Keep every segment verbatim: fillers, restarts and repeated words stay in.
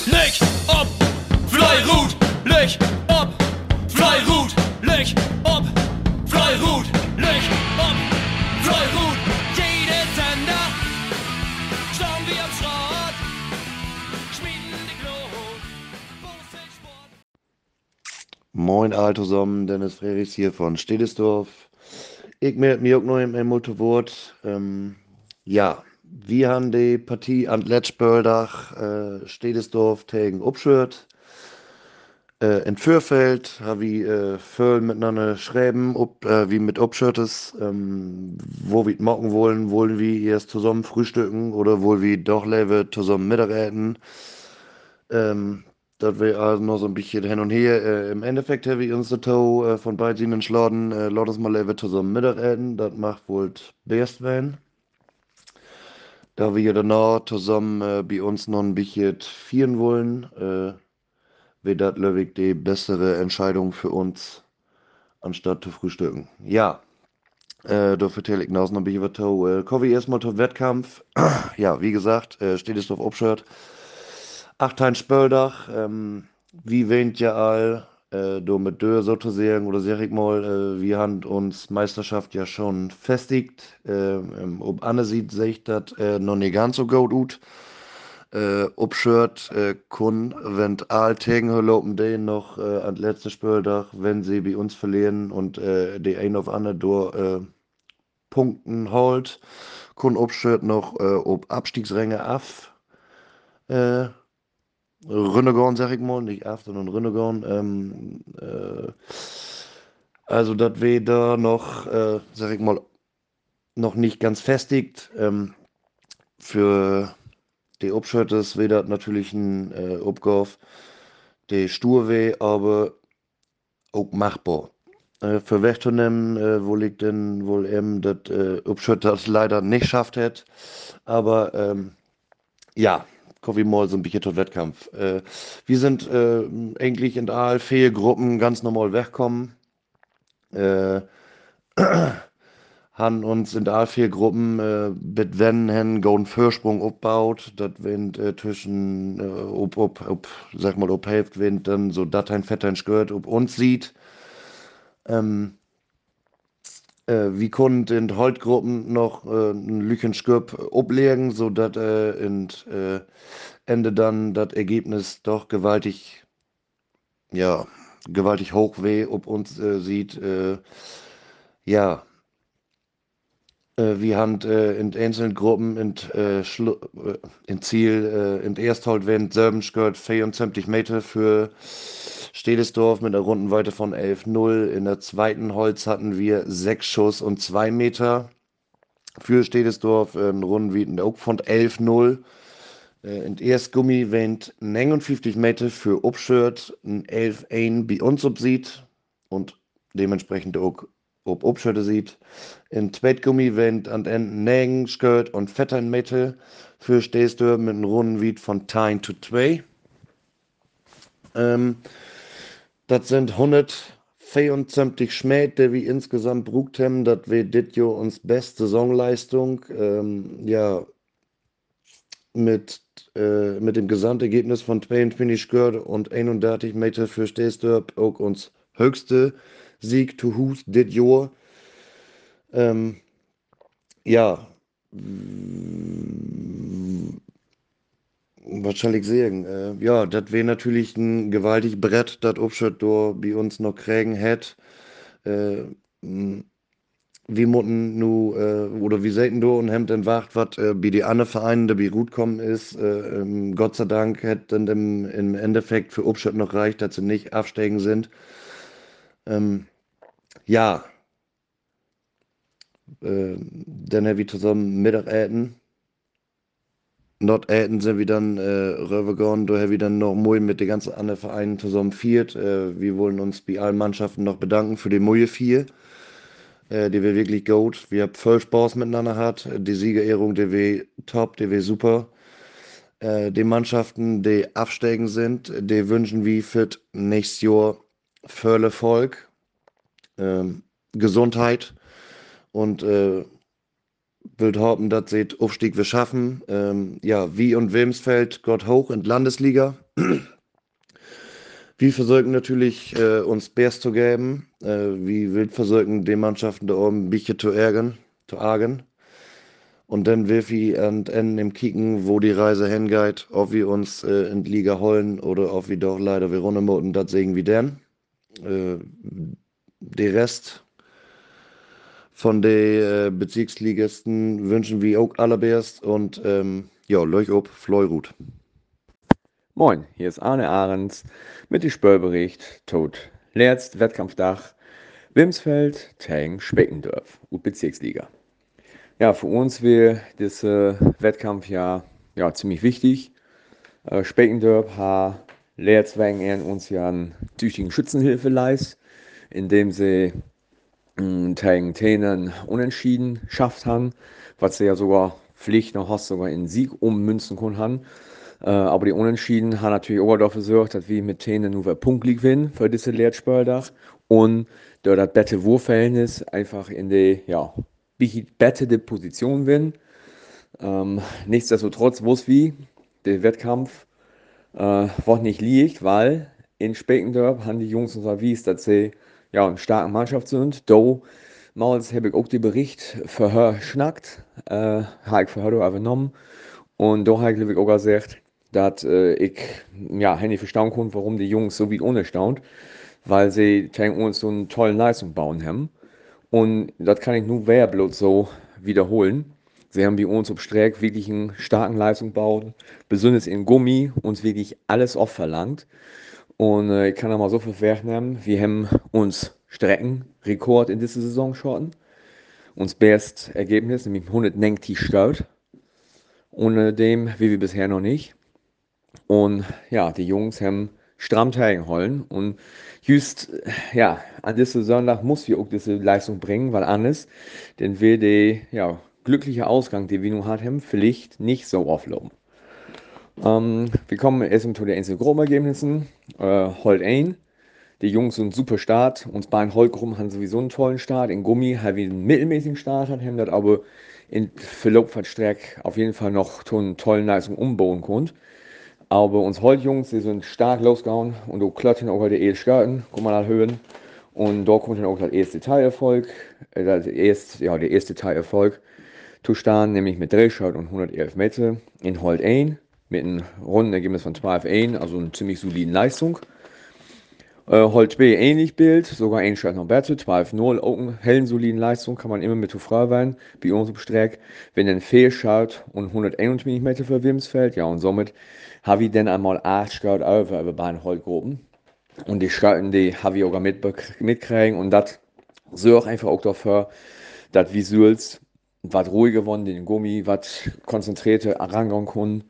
Leg ob, Fleirut, leg ob, Fleirut, leg ob, Fleirut, leg ob, Fleirut. Jede Sender, schauen wir am Schrott, schmieden die Glut, Sport. Moin alle zusammen, Dennis Frerichs hier von Stedesdorf. Ich melde mich auch noch im Multiwort. Ähm, ja, wir haben die Partie an Letschböldach, äh, Stedesdorf gegen Upschürt. Äh, in Fürfeld habe ich äh, Föhl miteinander schreiben, ob, äh, wie mit Upschürtes, ähm, wo wir mocken wollen, wollen wir erst zusammen frühstücken oder wollen wir doch lieber zusammen Mittagessen. Ähm, Das wäre also noch so ein bisschen hin und her. Äh, im Endeffekt habe ich uns das Tau äh, von beiden entschlossen, äh, lass uns mal lieber zusammen Mittagessen. Das macht wohl best werden. Da wir danach zusammen äh, bei uns noch ein bisschen vieren wollen, äh, wäre das, glaube ich, die bessere Entscheidung für uns, anstatt zu frühstücken. Ja, äh, da erzähle ich noch ein bisschen was. Tau. Äh, kommen wir erstmal zum Wettkampf. Ja, wie gesagt, äh, steht es auf Obschirt. Achtein Spöldach, ähm, wie weint ja all, äh, do mit Dö sozusagen, oder sag ich mal, äh, wir haben uns Meisterschaft ja schon festigt. Äh, ähm, ob Anne sieht, sehe ich das äh, noch nicht ganz so gut ut. Äh, Obschört, äh, kun, wenn all tegen lopen den noch äh, an letzte Spöldach, wenn sie bei uns verlieren und äh, die ein auf Anne do äh, Punkten holt, kun Obschört noch äh, ob Abstiegsränge af. Äh, Rünnegon, sag ich mal, nicht Aft, sondern Rünnegon. Ähm, äh, also, das wir da noch, äh, sag ich mal, noch nicht ganz festigt. Ähm, für die Obschöttes wäre das natürlich ein äh, Obgauf, die stur weh, aber auch machbar. Äh, für wegzunehmen, äh, wo liegt denn wohl eben, dass äh, Obschött das leider nicht schafft hat. Aber ähm, ja, Coffee Mall so ein bisschen tot Wettkampf. Äh, wir sind äh, eigentlich in all vier Gruppen ganz normal wegkommen. Äh, Han uns in all vier Gruppen äh, mit wenn hen go einen Vorsprung aufbaut, das Wind äh, zwischen, äh, ob, ob, ob, sag mal, ob Hälfte Wind dann so dat ein fetter Skirt, ob uns sieht. Ähm, äh, wie konnten in Holtgruppen noch äh, ein Lüchen Skirp oblegen, so dass äh, in äh, Ende dann das Ergebnis doch gewaltig, ja, gewaltig hoch weh, ob uns äh, sieht. Äh, ja, äh, wir haben äh, in einzelnen Gruppen in, äh, Schlu äh, in Ziel, äh, in Ersthold wenn selben Skirt vierundzwanzig Meter für Stedesdorf mit einer Rundenweite von elf null. In der zweiten Holz hatten wir sechs Schuss und zwei Meter. Für Stedesdorf ein Rundenwieten auch von elf null. Äh, in erst Gummi wennt neunundfünfzig Meter für Upshirt, ein elf eins bei uns obsieht und dementsprechend auch ob Upshirte sieht. In Zweitgummi wennt an Enden neun Skirt und fetter Meter für Stedesdorf mit einem Rundenwied von zehn zu zwei. Ähm, Das sind hundertvierundzwanzig Schmäht, die wir insgesamt brugt haben. Das wäre dit Jahr uns beste Saisonleistung. Ähm, ja, mit, äh, mit dem Gesamtergebnis von zweiundzwanzig Skör und einunddreißig Meter für Stesdorp auch uns höchste Sieg to Hus dit Jahr. Ähm, ja, was soll ich sagen? Äh, ja, das wäre natürlich ein gewaltig Brett, das Upschütt da bei uns noch kriegen hätt. Äh, m, wir mutten nu, äh, oder wir selten do und hemmt entwacht, was äh, bei die anderen Vereine dabei gut kommen ist. Äh, ähm, Gott sei Dank hätte dann im, im Endeffekt für Upstadt noch reicht, dass sie nicht absteigen sind. Ähm, ja, äh, dann haben wir zusammen Mittagessen. Dort Äten sind wir dann äh, rübergegangen, da haben wir dann noch Mui mit den ganzen anderen Vereinen zusammen viert. Äh, wir wollen uns bei allen Mannschaften noch bedanken für die Muje vier. Äh, die wir wirklich gut. Wir haben voll Spaß miteinander hat. Die Siegerehrung, die wir top, die wir super. Äh, die Mannschaften, die absteigen sind, die wünschen wir für nächstes Jahr voll Erfolg, ähm, Gesundheit und äh, will hoffen, dass sie den Aufstieg wir schaffen. Ähm, ja, wie und Wilmsfeld Gott hoch in die Landesliga. Wir versuchen natürlich, äh, uns Best zu geben. Äh, wir will versuchen, die Mannschaften da oben ein bisschen zu ärgern, zu argen. Und dann will wir am Ende im Kicken, wo die Reise hingeht, ob wir uns äh, in die Liga holen oder ob wir doch leider wir runtermoten, das sehen wir dann. Äh, der Rest von den äh, Bezirksligisten wünschen wir auch allerbest und ähm, ja, leuch ob, Fleurut. Moin, hier ist Arne Ahrens mit dem Spörbericht tot letzten Wettkampfdach Wilmsfeld tegen Speckendorf und Bezirksliga. Ja, für uns wäre das äh, Wettkampf ja, ja ziemlich wichtig. Äh, Speckendorf hat letztes wegen uns ja einen tüchtigen Schützenhilfe leist, indem sie mh, tegen Tenen unentschieden schafft haben, was sie ja sogar Pflicht noch hast, sogar in Sieg ummünzen können haben. Äh, aber die Unentschieden haben natürlich auch dafür gesorgt, dass wir mit Tenen nur Punkt gewinnen für diese Lehrspieltag und da das beste Wurfverhältnis einfach in die ja, beste Position gewinnen. Ähm, nichtsdestotrotz wusste wie der Wettkampf äh, wird nicht liegt, weil in Speckendorf haben die Jungs uns erwiesen, dass sie ja, eine starke Mannschaft sind. Da Mals habe ich auch den Bericht verschnackt, äh, habe ich vorher übernommen. Und da habe ich auch gesagt, dass äh, ich ja, nicht verstehen konnte, warum die Jungs so wie unerstaunt, weil sie gegen uns so eine tolle Leistung bauen haben. Und das kann ich nur wer bloß so wiederholen. Sie haben bei uns auf Streck wirklich eine starke Leistung bauen, besonders in Gummi, uns wirklich alles aufverlangt. Und äh, ich kann da mal so viel wegnehmen, wir haben uns Streckenrekord in dieser Saison schon. Uns bestes Ergebnis, nämlich hundertneunzig Start. Ohne dem, wie wir bisher noch nicht. Und ja, die Jungs haben stramm teilgeholfen. Und just, ja, an diesem Sonntag muss wir auch diese Leistung bringen, weil anders, denn wir den, ja, glückliche Ausgang, den wir nun haben, vielleicht nicht so auflaufen. Ähm, wir kommen erstmal zu den einzelnen Gruppenergebnissen. Äh, Holt ein. Die Jungs sind super Start. Uns beiden Holtgruppen haben sowieso einen tollen Start. In Gummi haben wir einen mittelmäßigen Start, haben das aber in Verlauf von Streck auf jeden Fall noch zu einer tollen Leistung umbauen können. Aber uns Holt-Jungs, die sind stark losgehauen und du klotzt auch heute eh starten, guck mal nach Höhen. Und da kommt dann auch der erste Teilerfolg, äh, das erste, ja, der erste Teilerfolg zu starten, nämlich mit drei Schott und hundertelf Meter in Holt ein mit einem Rundenergebnis von zwölf eins, also eine ziemlich solide Leistung. Äh, Holt zwei ähnlich Bild, sogar ein Schritt noch besser, zwölf null, auch eine hellen soliden Leistung, kann man immer mit zu Frau sein, bei uns im Streck. Wenn ein Fehlschaut und hunderteinundzwanzig Meter für Wilmsfeld, ja, und somit habe ich dann einmal acht Scout over über beiden Holtgruppen. Und die Scouten, die habe ich auch mit, mitkriegen und das sorgt einfach auch dafür, dass Visuals was ruhiger geworden, den Gummi, was konzentrierter rangehen können.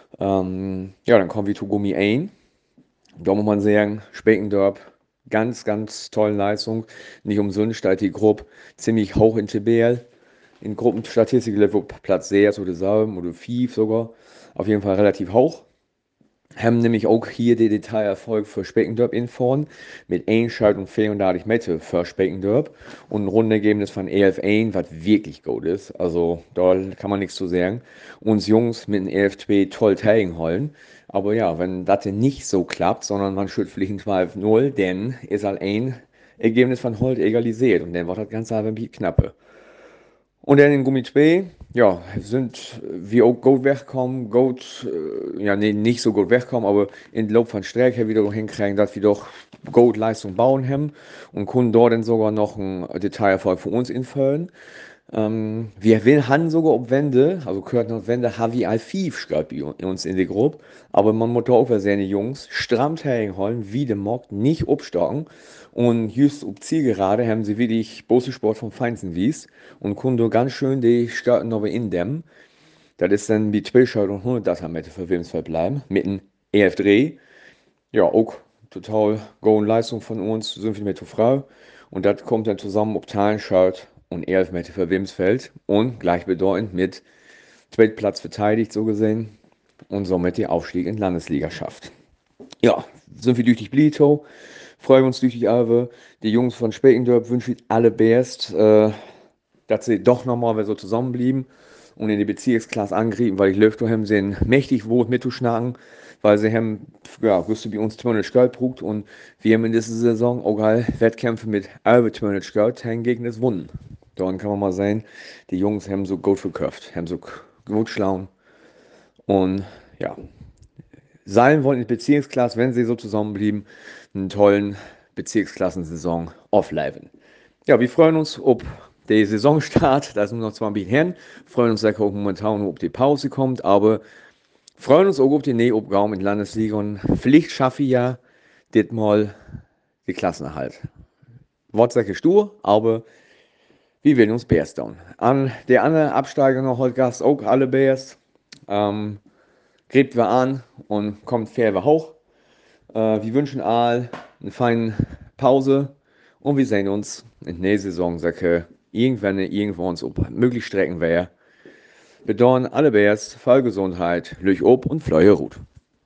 Ähm, ja, dann kommen wir zu Gummi ein. Da muss man sagen, Speckendorf, ganz, ganz tolle Leistung. Nicht umsonst steht die Gruppe ziemlich hoch in T B L. In Gruppenstatistik level Platz sechs oder sieben oder fünf sogar. Auf jeden Fall relativ hoch. Haben nämlich auch hier den Detailerfolg für Speckendorf in vorn mit ein Schalt und vierhundertachtzig Meter für Speckendorf und ein Rundenergebnis von elf eins, was wirklich gut ist. Also da kann man nichts zu sagen. Uns Jungs mit einem elf zwei toll Teilen holen. Aber ja, wenn das nicht so klappt, sondern man schützt vielleicht ein zwölf null, dann ist halt ein Ergebnis von Holt egalisiert und dann wird das Ganze einfach ein bisschen knappe. Und dann in Gummi zwei, ja, sind wir auch gut wegkommen, gut, äh, ja, nee, nicht so gut wegkommen, aber in den Lauf von Stärke wieder hinkriegen, dass wir doch gut Leistung bauen haben und können dort dann sogar noch ein Detailerfolg für uns infüllen. Ähm, wir will han sogar ob Wände, also gehört noch Wände, haben wir all fünf schreibt bei uns in die Gruppe, aber man muss auch für seine Jungs stramm holen, wie der Mock, nicht abstocken. Und just ob Zielgerade haben sie wirklich große Sport vom Feinsten wies und konnten ganz schön die Starten noch indämmen. Das ist dann wie zwei Schalt und hundert Meter für Wilmsfeld bleiben, mit einem E F drei. Ja, auch total gute Leistung von uns, sind wir mit der Frau. Und das kommt dann zusammen auf Talenschalt und elf Meter für Wilmsfeld und gleichbedeutend mit Zweitplatz verteidigt, so gesehen, und somit die Aufstieg in die Landesliga schafft. Ja, sind wir durch die Blito, freuen uns durch die Alve. Die Jungs von Speckendorf wünschen alle Best. Äh, dass sie doch nochmal so zusammenblieben und in die Bezirksklasse angrieben, weil ich Löw haben sie mächtig wohl mitzuschnacken, weil sie haben, ja, wusste bei uns zweihundert Geld brucht und wir haben in dieser Saison auch geil Wettkämpfe mit über zweihundert Geld gegen das gewonnen. Dann kann man mal sehen, die Jungs haben so gut verkauft, haben so gut schlauen und ja, sein wollen in der Bezirksklasse, wenn sie so zusammenblieben, einen tollen Bezirksklassensaison aufleiben. Ja, wir freuen uns auf den Saisonstart, da ist nur noch zwei ein bisschen hin, freuen uns sehr auch momentan, ob die Pause kommt, aber freuen uns auch auf die Nähaufgaben in Landesliga und vielleicht schaffe ich ja das mal die Klassenerhalt. Wortsache stur, aber wir werden uns Bears down. An der anderen Absteiger noch heute Gast auch alle Bears. Ähm, Gräbt wir an und kommt fair wir hoch. Äh, wir wünschen all eine feine Pause und wir sehen uns in der Saison, sage irgendwann irgendwo uns auf möglich strecken wäre. Bedauern alle Bears, voll Gesundheit, Lüch ob und Fleuhe Ruth.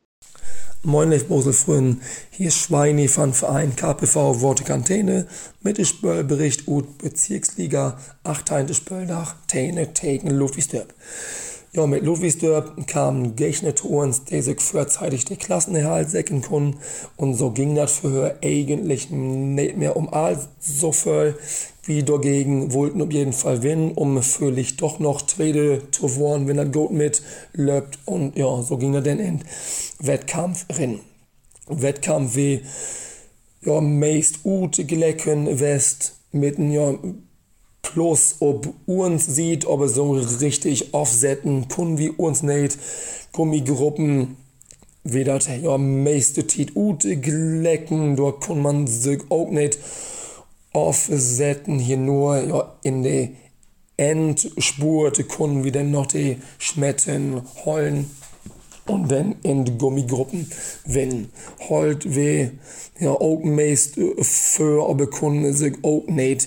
Moin, Leif Boselfrün, hier ist Schweini von Verein K P V Worte Kantene mit dem Spöllbericht ut Bezirksliga acht Spöldach, Tene, Tegen, Ludwigsdorp. Ja, mit Ludwigsdorp kamen Gegner zu uns, die sich vorzeitig die Klassenerhalt säcken konnten. Und so ging das für eigentlich nicht mehr um all so viel wie dagegen, wollten auf jeden Fall gewinnen, um vielleicht doch noch Zweite zu werden, wenn das gut mitläuft. Und ja, so ging das dann in Wettkampf rein. Wettkampf wie, ja, meist gut gelecken West mit, ja, plus ob uns sieht, ob es so richtig aufsetzen, können wir uns nicht, Gummigruppen, wie das ja meiste Zeit gut gelecken, da kann man sich auch nicht aufsetzen, hier nur ja, in der Endspur können wir dann noch die Schmetten holen und dann in die Gummigruppen wenn halt wir ja auch meist für, aber können sich auch nicht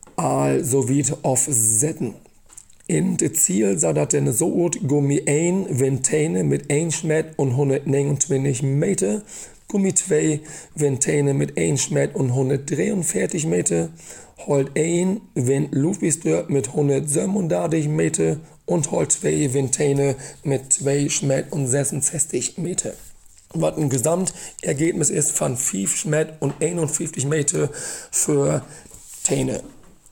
also wie aufsetzen. In das Ziel sah das denn so gut, Gummi eins, Ventane mit ein Schmet und hundertneunundzwanzig Meter, Gummi zwei, Ventane mit ein Schmet und hundertdreiundvierzig Meter, Holt eins, Wind Ludwigsdorp mit hundertsiebenunddreißig Meter und Holt zwei, Ventane mit zwei Schmet und sechsundsechzig Meter. Was ein Gesamtergebnis ist von fünf Schmet und einundfünfzig Meter für Tene.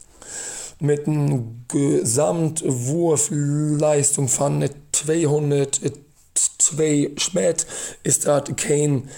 Mit einer Gesamtwurfleistung von zweihundertzwei Schmet ist das kein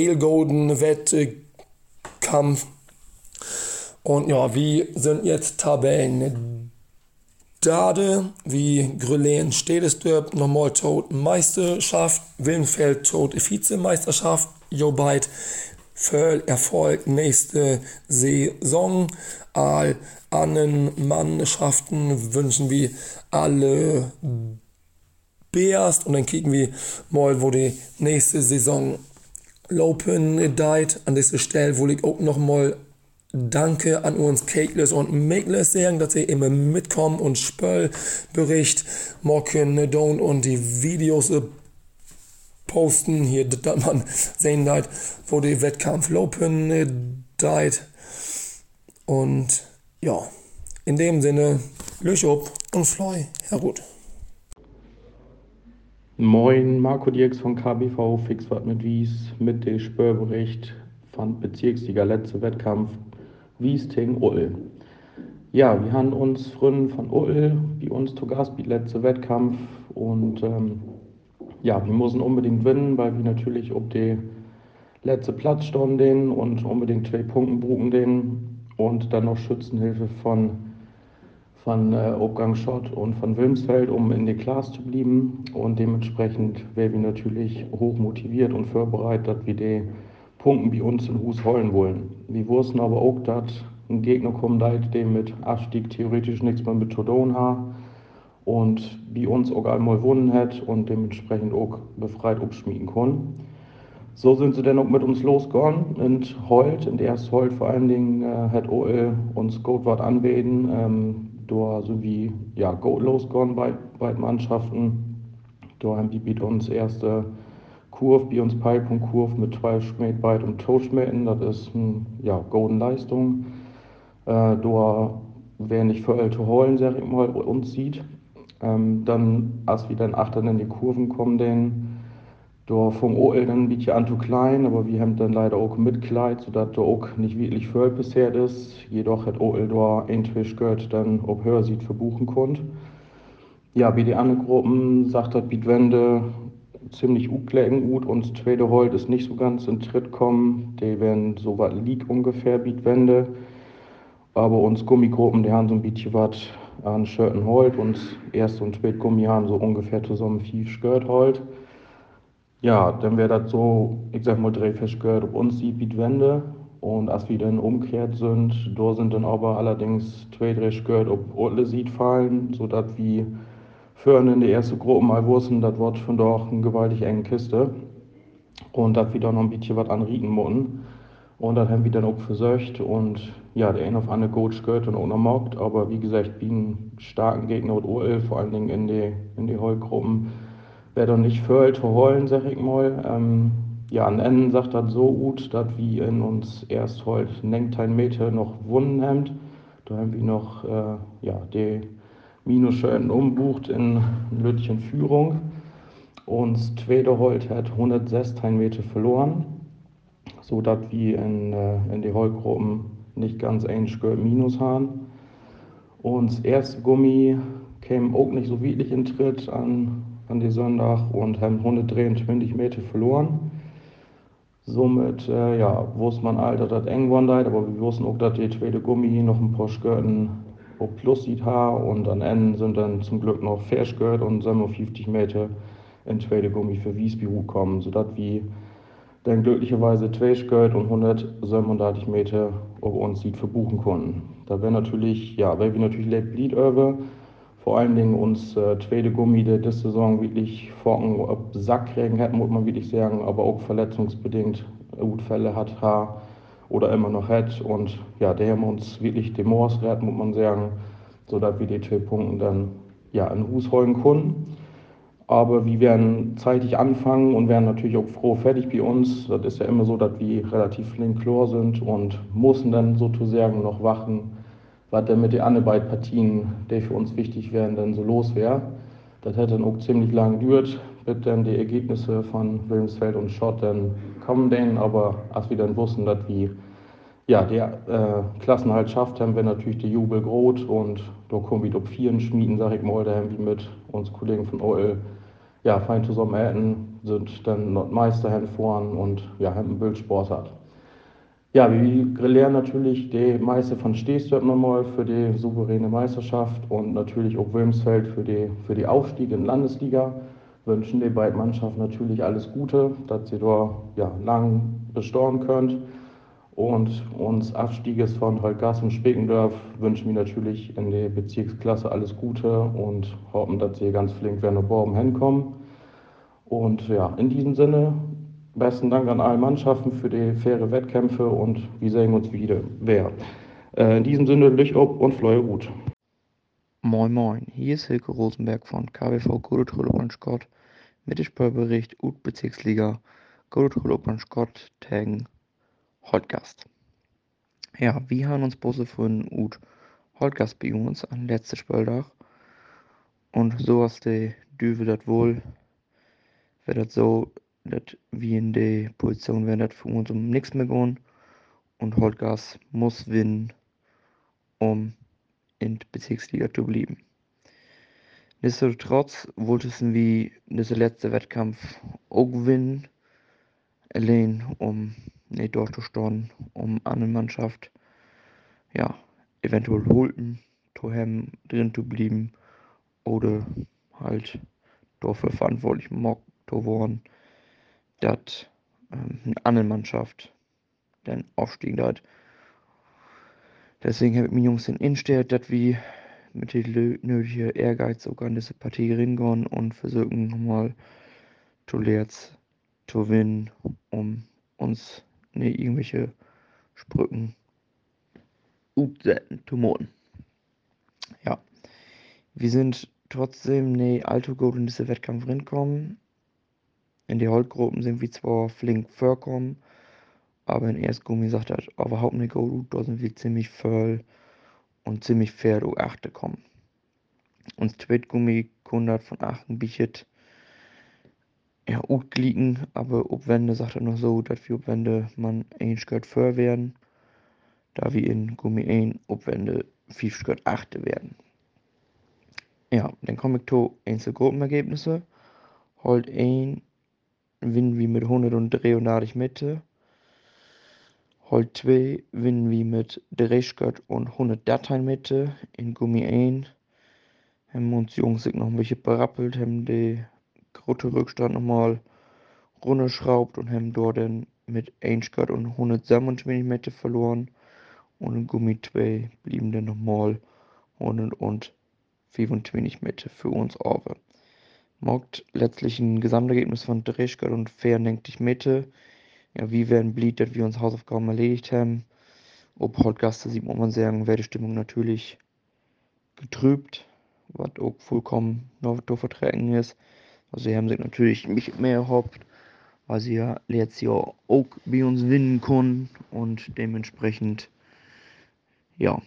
Hail-Golden-Wettkampf. Und ja, wir sind jetzt Tabellen. Dade, wie Grölen Städtesdorp, nochmal tot Meisterschaft, Wilmfeld tot Vizemeisterschaft, Jobeit voll Erfolg nächste Saison. All anderen Mannschaften wünschen wir alle Beast und dann kicken wir mal, wo die nächste Saison laufen deit. An dieser Stelle will ich auch nochmal Danke an uns Keglers und Meglers sagen, dass sie immer mitkommen und Spöllbericht machen don und die Videos posten hier, dass man sehen deit, wo die Wettkampf laufen deit. Und ja, in dem Sinne, Lüch ob und Fleu, Herr Ruth. Moin, Marco Dirks von K B V Fixwart mit Wies mit dem Spörbericht von Bezirksliga letzte Wettkampf Wies-Ting-Ull. Ja, wir haben uns Freunde von Ull, wie uns zu Gast bei letzte Wettkampf und ähm, ja, wir müssen unbedingt gewinnen, weil wir natürlich ob die letzte Platz standen und unbedingt zwei Punkte brauchen den. Und dann noch Schützenhilfe von, von äh, Obgang-Schott und von Wilmsfeld, um in der Klasse zu bleiben. Und dementsprechend wären wir natürlich hoch motiviert und vorbereitet, dass wir die Punkte bei uns in Hus holen wollen. Wir wussten aber auch, dass ein Gegner kommt, der mit Abstieg theoretisch nichts mehr mit zu tun hat und bei uns auch einmal gewonnen hat und dementsprechend auch befreit abschmieden kann. So sind sie dann auch mit uns losgegangen und Holt, in der ersten Holt vor allen Dingen äh, hat O L uns gut was anwählen, ähm, da so wie ja gut losgegangen bei beiden Mannschaften. Da haben die mit uns erste Kurve, bei uns Pipe und Kurve mit zwei Schmäht weit und Toastmäten, das ist eine ja, gute Leistung. Äh, da wer nicht für älter holen, sag ich mal, uns sieht. Ähm, dann, als wir dann achtern in die Kurven kommen, den, da vom O L dann ein bisschen an zu klein, aber wir haben dann leider auch Mitkleid, sodass da auch nicht wirklich voll bisher ist. Jedoch hat O L da ein Tisch gehört, dann ob Hörsieht verbuchen konnte. Ja, wie die anderen Gruppen sagt das Bietwende ziemlich uklecken gut und das zweite Holt ist nicht so ganz in Tritt kommen. Die werden so was liegt ungefähr Bietwende. Aber uns Gummigruppen, die haben so ein bisschen was an Schörten Holt und erst und zweit Gummi haben so ungefähr zusammen viel Skirt Holt. Ja, dann wäre das so, ich sag mal, drei Fisch gehört ob uns die Bietwende. Und als wir dann umgekehrt sind, da sind dann aber allerdings zwei, drei gehört ob Ortle sieht fallen, sodass wir führen in die erste Gruppe mal wussten, das wird von doch eine gewaltig enge Kiste. Und dass wir da noch ein bisschen was anrieten mussten. Und das haben wir dann auch versucht. Und ja, der eine auf eine Coach gehört und auch noch mockt. Aber wie gesagt, wie einen starken Gegner und O L, vor allen Dingen in die, in die Heulgruppen, wer doch nicht fällt, zu heulen, sag ich mal. Ähm, ja, an Ende sagt das so gut, dass wir in uns erst heute neunzehn Meter noch Wunden haben. Da haben wir noch äh, ja, die Minusschön umbucht in Lütchen Führung. Und das zweite Holt hat hundertsechzehn Meter verloren, sodass wir in, äh, in die Heulgruppen nicht ganz ähnlich Minus haben. Und das erste Gummi kam auch nicht so wirklich in Tritt an, an die Sonntag und haben hundertdreiundzwanzig Meter verloren. Somit, äh, ja, wusste man Alter, dass eng war, aber wir wussten auch, dass die zweite Gummi noch ein paar Skirten auf Plus sieht und an Ende sind dann zum Glück noch Fairskirt und siebenundfünfzig Meter in zweite Gummi für Wiesbüro gekommen, sodass wir dann glücklicherweise zwei Skirt und hundertsiebenunddreißig Meter auf uns sieht verbuchen konnten. Da wäre natürlich, ja, wäre wir natürlich late bleed over. Vor allen Dingen uns äh, zweite Gummi der diese Saison wirklich Forken ob Sack kriegen hätten, muss man wirklich sagen, aber auch verletzungsbedingt gut Fälle hat ha, oder immer noch hat. Und ja, der haben uns wirklich den Moors retten, muss man sagen, sodass wir die zwei Punkte dann ja in Hus holen konnten. Aber wir werden zeitig anfangen und werden natürlich auch froh fertig bei uns. Das ist ja immer so, dass wir relativ flink Chlor sind und müssen dann sozusagen noch wachen, was denn mit den anderen beiden Partien, die für uns wichtig wären, dann so los wäre. Das hätte dann auch ziemlich lang gedauert, bis dann die Ergebnisse von Wilmsfeld und Schott dann kommen denn, aber als wir dann wussten, dass wir ja, die äh, Klassen halt schafft, haben wir natürlich die Jubel groß und da kommen wir auf vier schmieden, sag ich mal, da haben wir mit uns Kollegen von O L ja, fein zusammen hätten, sind dann Nordmeister vorn und ja, haben einen Bildsport hat. Ja, wir lernen natürlich die Meister von Stehstöp nochmal für die souveräne Meisterschaft und natürlich auch Wilmsfeld für die, für die Aufstieg in Landesliga. Wünschen die beiden Mannschaften natürlich alles Gute, dass sie da ja, lang bestormen könnt. Und uns Abstieges von Holtgas und Speckendorf wünschen wir natürlich in der Bezirksklasse alles Gute und hoffen, dass sie ganz flink werden und oben hinkommen. Und ja, in diesem Sinne, besten Dank an alle Mannschaften für die faire Wettkämpfe und wir sehen uns wieder. Wer? Äh, in diesem Sinne, Licht ob und Fleuhe gut. Moin Moin, hier ist Hilke Rosenberg von K W V Godetrollo und Scott mit dem Spielbericht Ut Bezirksliga Godetrollo und Scott tagen Holtgast. Ja, wir haben uns Busse von Ut Holtgast bei uns an letzte Spieldach und so was die Düwe das wohl, wäre das so, dass wir in der Position wären, das für uns um nichts mehr gehen und Holtgast muss gewinnen, um in der Bezirksliga zu bleiben. Nichtsdestotrotz wollten wir diesen letzten Wettkampf auch gewinnen, allein um nicht durchzustehen, um eine Mannschaft ja, eventuell holten, zu haben, drin zu bleiben oder halt dafür verantwortlich gemacht zu worden, dass ähm, eine andere Mannschaft dann aufstiegen hat. Deswegen habe ich mir Jungs den instellt, dass wir mit dem nötigen Ehrgeiz sogar in diese Partie reingehen und versuchen nochmal zu jetzt zu gewinnen, um uns nicht irgendwelche Sprüchen zu moten. Ja, wir sind trotzdem nicht allzu gut in diesen Wettkampf reinkommen. In die Holtgruppen sind wir zwar flink vorkommen, aber in Erstgummi sagt er überhaupt nicht gut, da sind wir ziemlich voll und ziemlich fair durch achte kommen. Uns Tweetgummi hundert von achten bietet ja gut gliegen, aber obwende sagt er noch so, dass wir obwende man ein Skirt für werden, da wir in Gummi ein obwende fünf Skirt achte werden. Ja, dann komme ich zu Einzelgruppenergebnisse. Holt ein, winnen wir mit hundertdreiundachtzig Mitte. Holt zwei, winnen wir mit dreißig und hundert Dateien Mitte. In Gummi ein haben uns Jungs sich noch ein bisschen berappelt, haben die große Rückstand nochmal runterschraubt und haben dort dann mit eins und hundertsiebenundzwanzig Meter verloren. Und in Gummi zwei blieben dann nochmal hundertfünfundzwanzig Meter für uns over. Mogt letztlich ein Gesamtergebnis von dreißig und vierundneunzig Meter. Ja, wie werden blieb, dass wir uns Hausaufgaben erledigt haben. Ob Holtgaste sieht man sagen, wäre die Stimmung natürlich getrübt, was auch vollkommen noch zu vertreten ist. Also sie haben sich natürlich nicht mehr erhofft, weil sie ja letztes Jahr auch bei uns gewinnen konnten und dementsprechend, ja,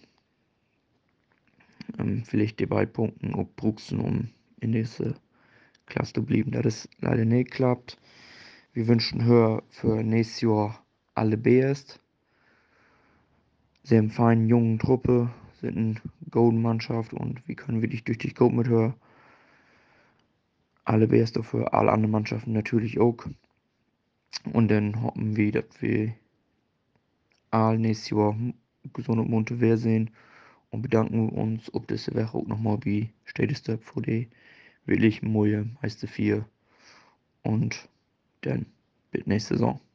ähm, vielleicht die beiden Punkten auch bruchsen, um in diese Klasse zu bleiben. Da das leider nicht klappt. Wir wünschen höher für nächstes Jahr alle Best. Sie haben eine feine jungen Truppe, sind eine Golden-Mannschaft und wir können wirklich durch die Code mit höher. Alle Beste für alle anderen Mannschaften natürlich auch. Und dann hoffen wir, dass wir alle nächstes Jahr gesund und munter wiedersehen und bedanken uns, ob das Woche auch nochmal wie steht für die wirklich neue Meister vier und dann bis nächste Saison.